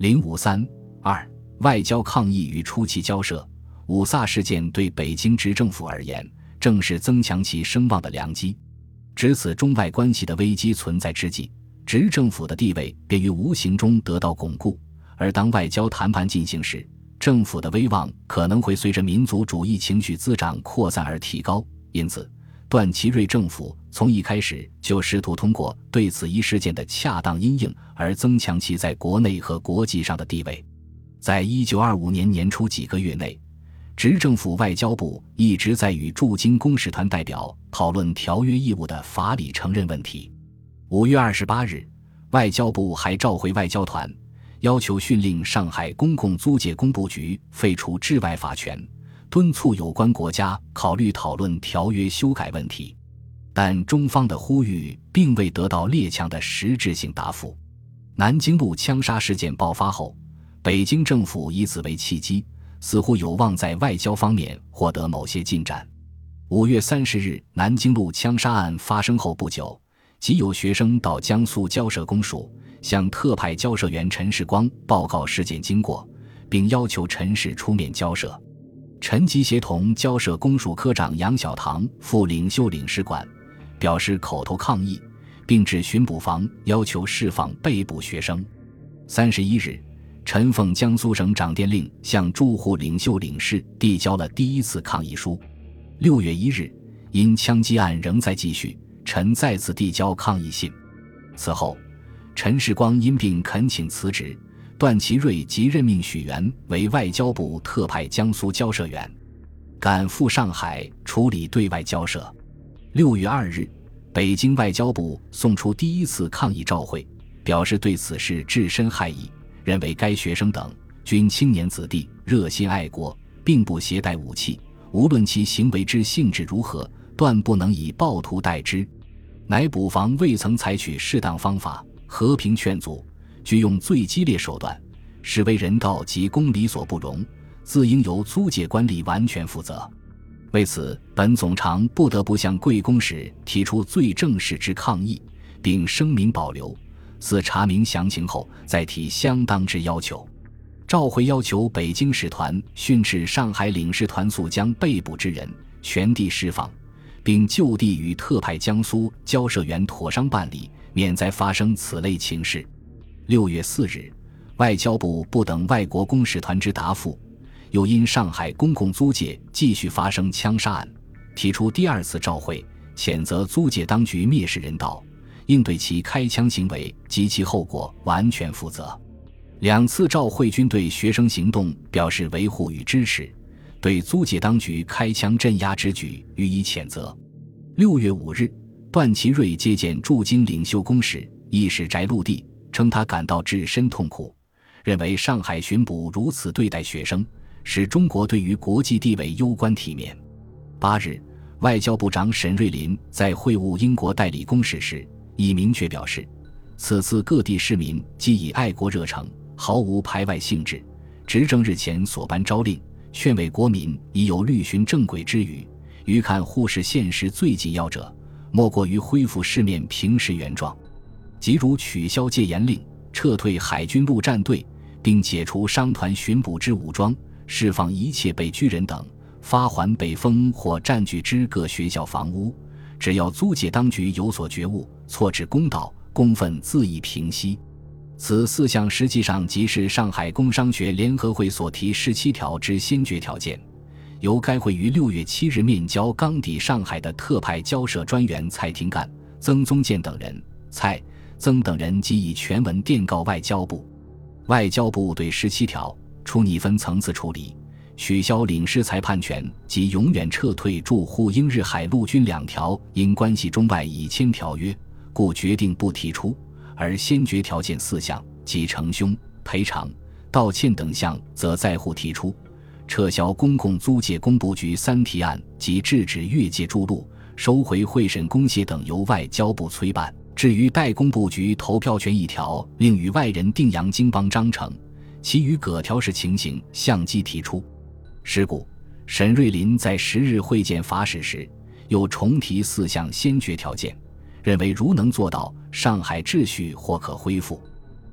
053-2外交抗议与初期交涉。五卅事件对北京执政府而言，正是增强其声望的良机。值此中外关系的危机存在之际，执政府的地位便于无形中得到巩固，而当外交谈判进行时，政府的威望可能会随着民族主义情绪滋长扩散而提高。因此，段祺瑞政府从一开始就试图通过对此一事件的恰当因应而增强其在国内和国际上的地位。在1925年年初几个月内，执政府外交部一直在与驻京公使团代表讨论条约义务的法理承认问题。5月28日，外交部还召回外交团，要求训令上海公共租界工部局废除治外法权，敦促有关国家考虑讨论条约修改问题。但中方的呼吁并未得到列强的实质性答复。南京路枪杀事件爆发后，北京政府以此为契机，似乎有望在外交方面获得某些进展。5月30日，南京路枪杀案发生后不久，即有学生到江苏交涉公署，向特派交涉员陈世光报告事件经过，并要求陈氏出面交涉。陈即协同交涉公署科长杨小堂赴领袖领事馆，表示口头抗议，并指巡捕房要求释放被捕学生。31日，陈奉江苏省长电令向驻沪领袖领事递交了第一次抗议书。6月1日，因枪击案仍在继续，陈再次递交抗议信。此后，陈世光因病恳请辞职，段祺瑞即任命许源为外交部特派江苏交涉员，赶赴上海处理对外交涉。6月2日，北京外交部送出第一次抗议照会，表示对此事置身害意，认为该学生等均青年子弟，热心爱国，并不携带武器，无论其行为之性质如何，断不能以暴徒待之。乃捕房未曾采取适当方法和平劝阻，具用最激烈手段，实为人道及公理所不容，自应由租界官吏完全负责。为此，本总长不得不向贵公使提出最正式之抗议，并声明保留，似查明详情后再提相当之要求。召回要求北京使团训斥上海领事团速将被捕之人全地释放，并就地与特派江苏交涉员妥商办理，免再发生此类情事。6月4日，外交部不等外国公使团之答复，又因上海公共租界继续发生枪杀案，提出第二次召会，谴责租界当局蔑视人道，应对其开枪行为及其后果完全负责。2次召会均对学生行动表示维护与支持，对租界当局开枪镇压之举予以谴责。6月5日，段祺瑞接见驻京领袖公使易世宅陆地，称他感到至深痛苦，认为上海巡捕如此对待学生，使中国对于国际地位攸关体面。8日，外交部长沈瑞麟在会晤英国代理公使时，已明确表示，此次各地市民既以爱国热诚，毫无排外性质，执政日前所颁诏令，劝慰国民已有律循正轨之语，余看护视现实最紧要者，莫过于恢复市面平时原状，即如取消戒严令，撤退海军陆战队，并解除商团巡捕之武装，释放一切被拘人等，发还被封或占据之各学校房屋。只要租界当局有所觉悟，错置公道，公愤自易平息。此4项实际上即是上海工商学联合会所提17条之先决条件，由该会于6月7日面交刚抵上海的特派交涉专员蔡廷干、曾宗建等人，蔡、曾等人即以全文电告外交部。外交部对17条初拟分层次处理，取消领事裁判权及永远撤退驻沪英日海陆军2条因关系中外已签条约，故决定不提出，而先决条件4项即惩凶、赔偿、道歉等项则在沪提出。撤销公共租界工部局3提案及制止越界筑路、收回会审公廨等由外交部催办。至于代工部局投票权1条，另与外人定洋经邦章程，其余各条式情形相继提出。是故沈瑞麟在10日会见法使时，又重提4项先决条件，认为如能做到，上海秩序或可恢复。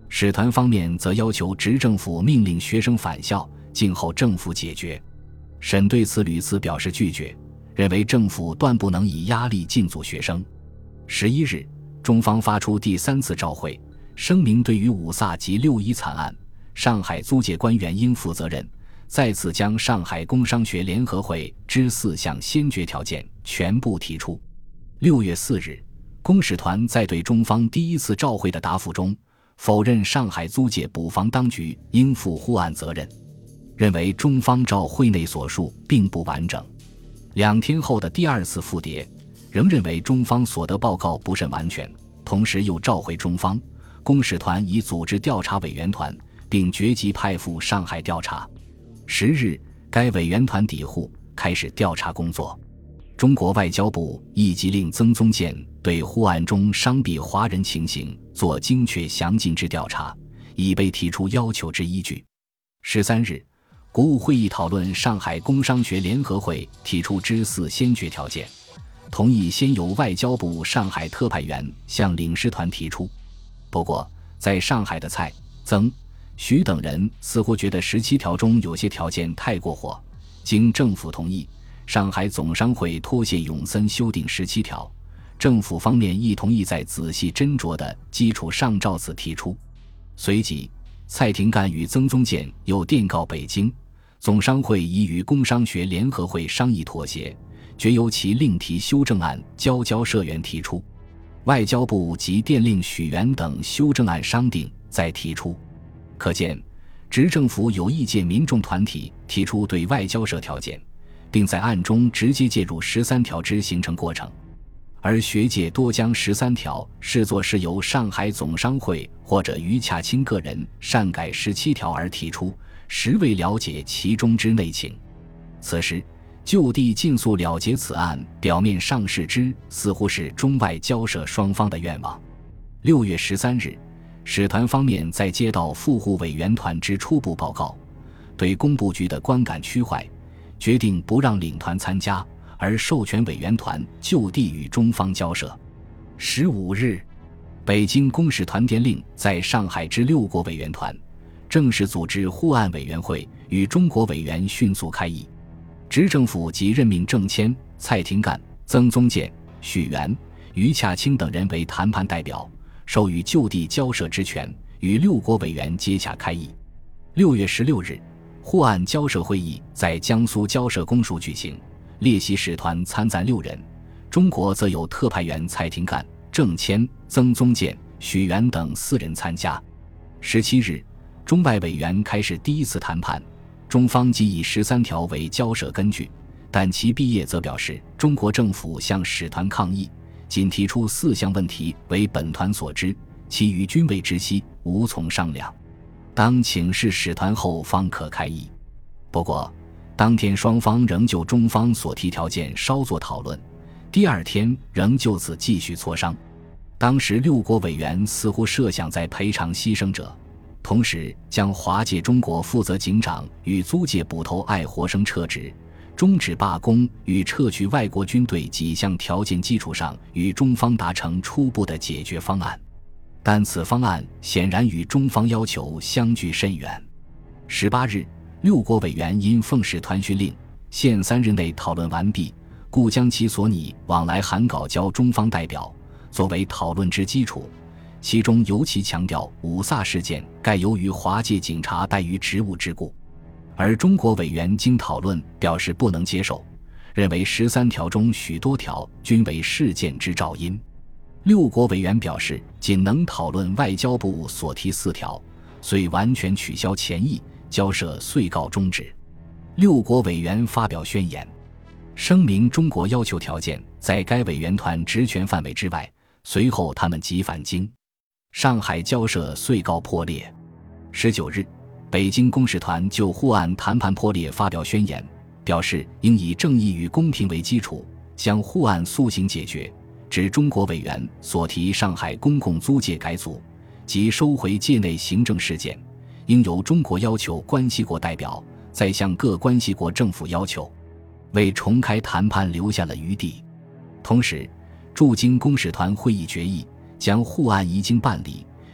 使团方面则要求执政府命令学生返校，静候政府解决。沈对此屡次表示拒绝，认为政府断不能以压力禁足学生。11日，中方发出第3次照会，声明对于五卅及6·1惨案，上海租界官员应负责任，再次将上海工商学联合会之4项先决条件全部提出。6月4日，公使团在对中方第1次照会的答复中，否认上海租界捕房当局应负护案责任，认为中方照会内所述并不完整。2天后的第2次复迭，仍认为中方所得报告不甚完全，同时又召回中方，公使团已组织调查委员团，并决即派赴上海调查。10日，该委员团抵沪，开始调查工作。中国外交部亦即令曾宗鉴对沪案中伤毙华人情形做精确详尽之调查，以备提出要求之依据。13日，国务会议讨论上海工商学联合会提出之4先决条件，同意先由外交部上海特派员向领事团提出。不过，在上海的蔡、曾、徐等人似乎觉得17条中有些条件太过火，经政府同意，上海总商会托谢永森修订17条，政府方面亦同意在仔细斟酌的基础上照此提出。随即，蔡廷干与曾宗鉴又电告北京，总商会已与工商学联合会商议妥协，决由其另提修正案交社员提出，外交部即电令许元等修正案商定再提出。可见，执政府有意借民众团体提出对外交涉条件，并在案中直接介入13条之形成过程，而学界多将13条视作是由上海总商会或者于洽清个人擅改17条而提出，实未了解其中之内情。此时就地尽速了结此案，表面上视之似乎是中外交涉双方的愿望。6月13日，使团方面在接到赴沪委员团之初步报告，对工部局的观感趋坏，决定不让领团参加，而授权委员团就地与中方交涉。15日，北京公使团电令在上海之6国委员团正式组织沪案委员会，与中国委员迅速开议。执政府即任命郑谦、蔡廷干、曾宗鉴、许元、于洽清等人为谈判代表，授予就地交涉之权，与6国委员接洽开议。6月16日，沪案交涉会议在江苏交涉公署举行，列席使团参赞6人，中国则有特派员蔡廷干、郑谦、曾宗鉴、许元等4人参加。17日，中外委员开始第1次谈判，中方即以13条为交涉根据，但其毕业则表示中国政府向使团抗议，仅提出4项问题为本团所知，其余均未知悉，无从商量，当请示使团后方可开议。不过当天双方仍就中方所提条件稍作讨论，第2天仍就此继续磋商。当时6国委员似乎设想在赔偿牺牲者，同时将华界中国负责警长与租界捕头爱活生撤职，终止罢工与撤去外国军队几项条件基础上与中方达成初步的解决方案，但此方案显然与中方要求相距甚远。18日，6国委员因奉使团训令，限3日内讨论完毕，故将其所拟往来函稿交中方代表，作为讨论之基础。其中尤其强调五卅事件盖由于华界警察怠于职务之故，而中国委员经讨论表示不能接受，认为13条中许多条均为事件之肇因。6国委员表示仅能讨论外交部所提4条，遂完全取消前议，交涉遂告终止。6国委员发表宣言，声明中国要求条件在该委员团职权范围之外，随后他们即返京。上海交涉遂告破裂。19日，北京公使团就沪案谈判破裂发表宣言，表示应以正义与公平为基础，将沪案速行解决，指中国委员所提上海公共租界改组及收回界内行政事件，应由中国要求关系国代表，再向各关系国政府要求，为重开谈判留下了余地。同时，驻京公使团会议决议将沪案移经办理，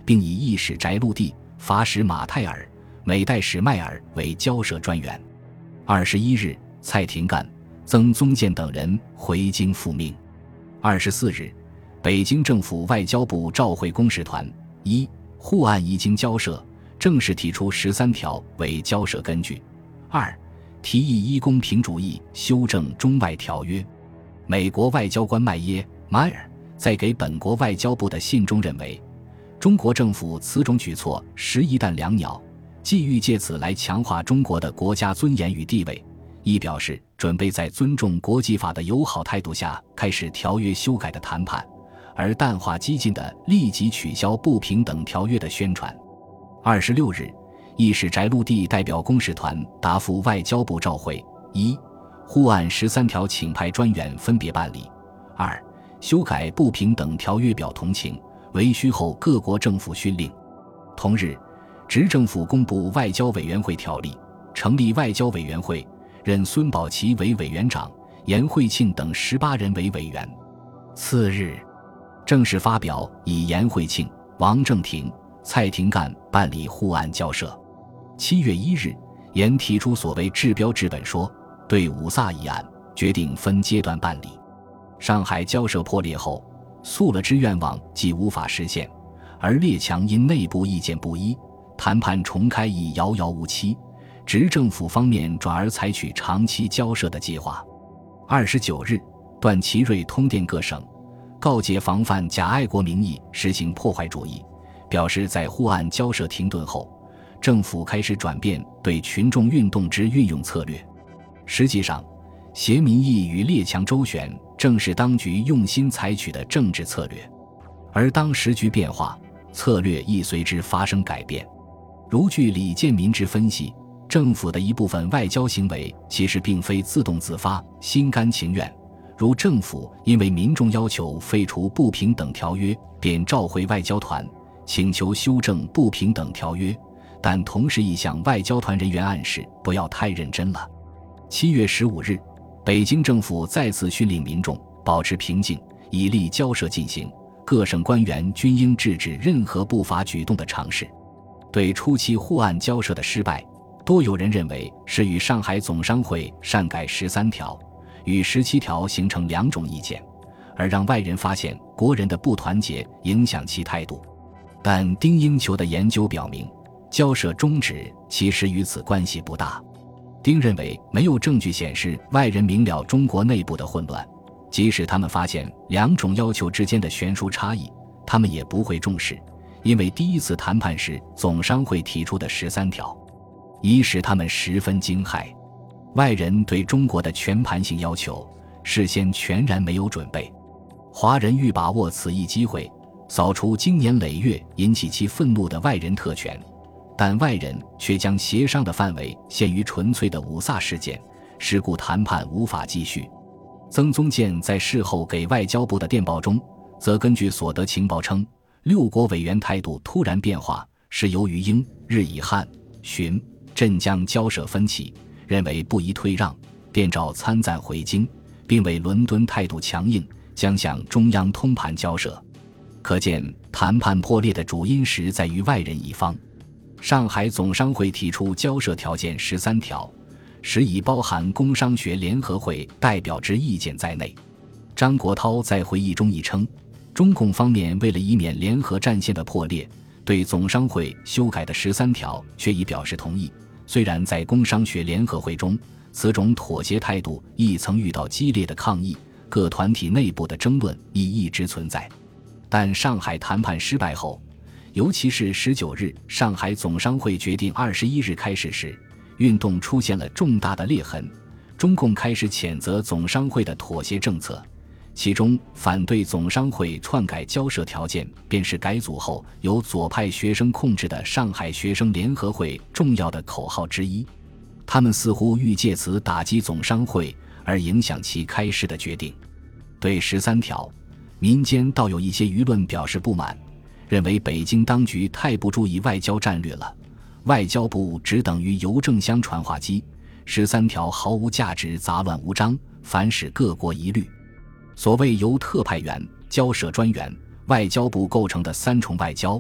并以义使翟陆地、法使马泰尔、美代使迈尔为交涉专员。21日，蔡廷干、曾宗鉴等人回京复命。24日，北京政府外交部召会公使团，沪岸一经交涉，正式提出13条为交涉根据。2. 提议依公平主义修正中外条约。美国外交官迈尔在给本国外交部的信中认为，中国政府此种举措实一弹两鸟，既欲借此来强化中国的国家尊严与地位，亦表示准备在尊重国际法的友好态度下开始条约修改的谈判，而淡化激进的立即取消不平等条约的宣传。26日，义使翟陆地代表公使团答复外交部召会：沪岸13条请派专员分别办理。2. 修改不平等条约表同情，为需后各国政府训令。同日，执政府公布外交委员会条例，成立外交委员会，任孙宝琦为委员长，颜惠庆等18人为委员。次日，正式发表以颜惠庆、王正廷、蔡廷干办理沪岸交涉。7月1日，颜提出所谓治标治本说，对五卅一案决定分阶段办理。上海交涉破裂后，肃了之愿望既无法实现，而列强因内部意见不一，谈判重开亦遥遥无期，执政府方面转而采取长期交涉的计划。29日，段祺瑞通电各省，告诫防范假爱国名义实行破坏主义，表示在沪岸交涉停顿后，政府开始转变对群众运动之运用策略。实际上，协民意与列强周旋正是当局用心采取的政治策略，而当时局变化，策略亦随之发生改变。如据李建民之分析，政府的一部分外交行为其实并非自动自发、心甘情愿，如政府因为民众要求废除不平等条约，便召回外交团，请求修正不平等条约，但同时亦向外交团人员暗示不要太认真了。7月15日，北京政府再次训令民众保持平静，以利交涉进行，各省官员均应制止任何不法举动的尝试。对初期沪岸交涉的失败，多有人认为是与上海总商会擅改13条与17条形成两种意见，而让外人发现国人的不团结，影响其态度。但丁英求的研究表明，交涉终止其实与此关系不大。丁认为没有证据显示外人明了中国内部的混乱，即使他们发现两种要求之间的悬殊差异，他们也不会重视，因为第一次谈判时总商会提出的13条已使他们十分惊骇。外人对中国的全盘性要求事先全然没有准备，华人欲把握此一机会，扫除经年累月引起其愤怒的外人特权，但外人却将协商的范围限于纯粹的五卅事件，是故谈判无法继续。曾宗鉴在事后给外交部的电报中，则根据所得情报称，六国委员态度突然变化，是由于英、日以汉、寻、镇江交涉分歧，认为不宜退让，电召参赞回京，并为伦敦态度强硬，将向中央通盘交涉。可见谈判破裂的主因实在于外人一方。上海总商会提出交涉条件13条，实已包含工商学联合会代表之意见在内。张国焘在回忆中亦称，中共方面为了以免联合战线的破裂，对总商会修改的13条却已表示同意。虽然在工商学联合会中，此种妥协态度亦曾遇到激烈的抗议，各团体内部的争论亦一直存在。但上海谈判失败后，尤其是19日上海总商会决定21日开始时，运动出现了重大的裂痕，中共开始谴责总商会的妥协政策，其中反对总商会篡改交涉条件便是改组后由左派学生控制的上海学生联合会重要的口号之一。他们似乎欲借此打击总商会，而影响其开市的决定。对13条，民间倒有一些舆论表示不满，认为北京当局太不注意外交战略了，外交部只等于邮政箱传话机，13条毫无价值，杂乱无章，反使各国疑虑。所谓由特派员、交涉专员、外交部构成的三重外交，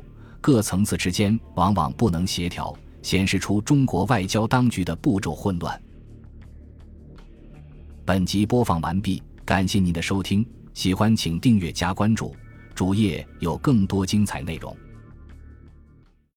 各层次之间往往不能协调，显示出中国外交当局的步骤混乱。本集播放完毕，感谢您的收听，喜欢请订阅加关注，主页有更多精彩内容。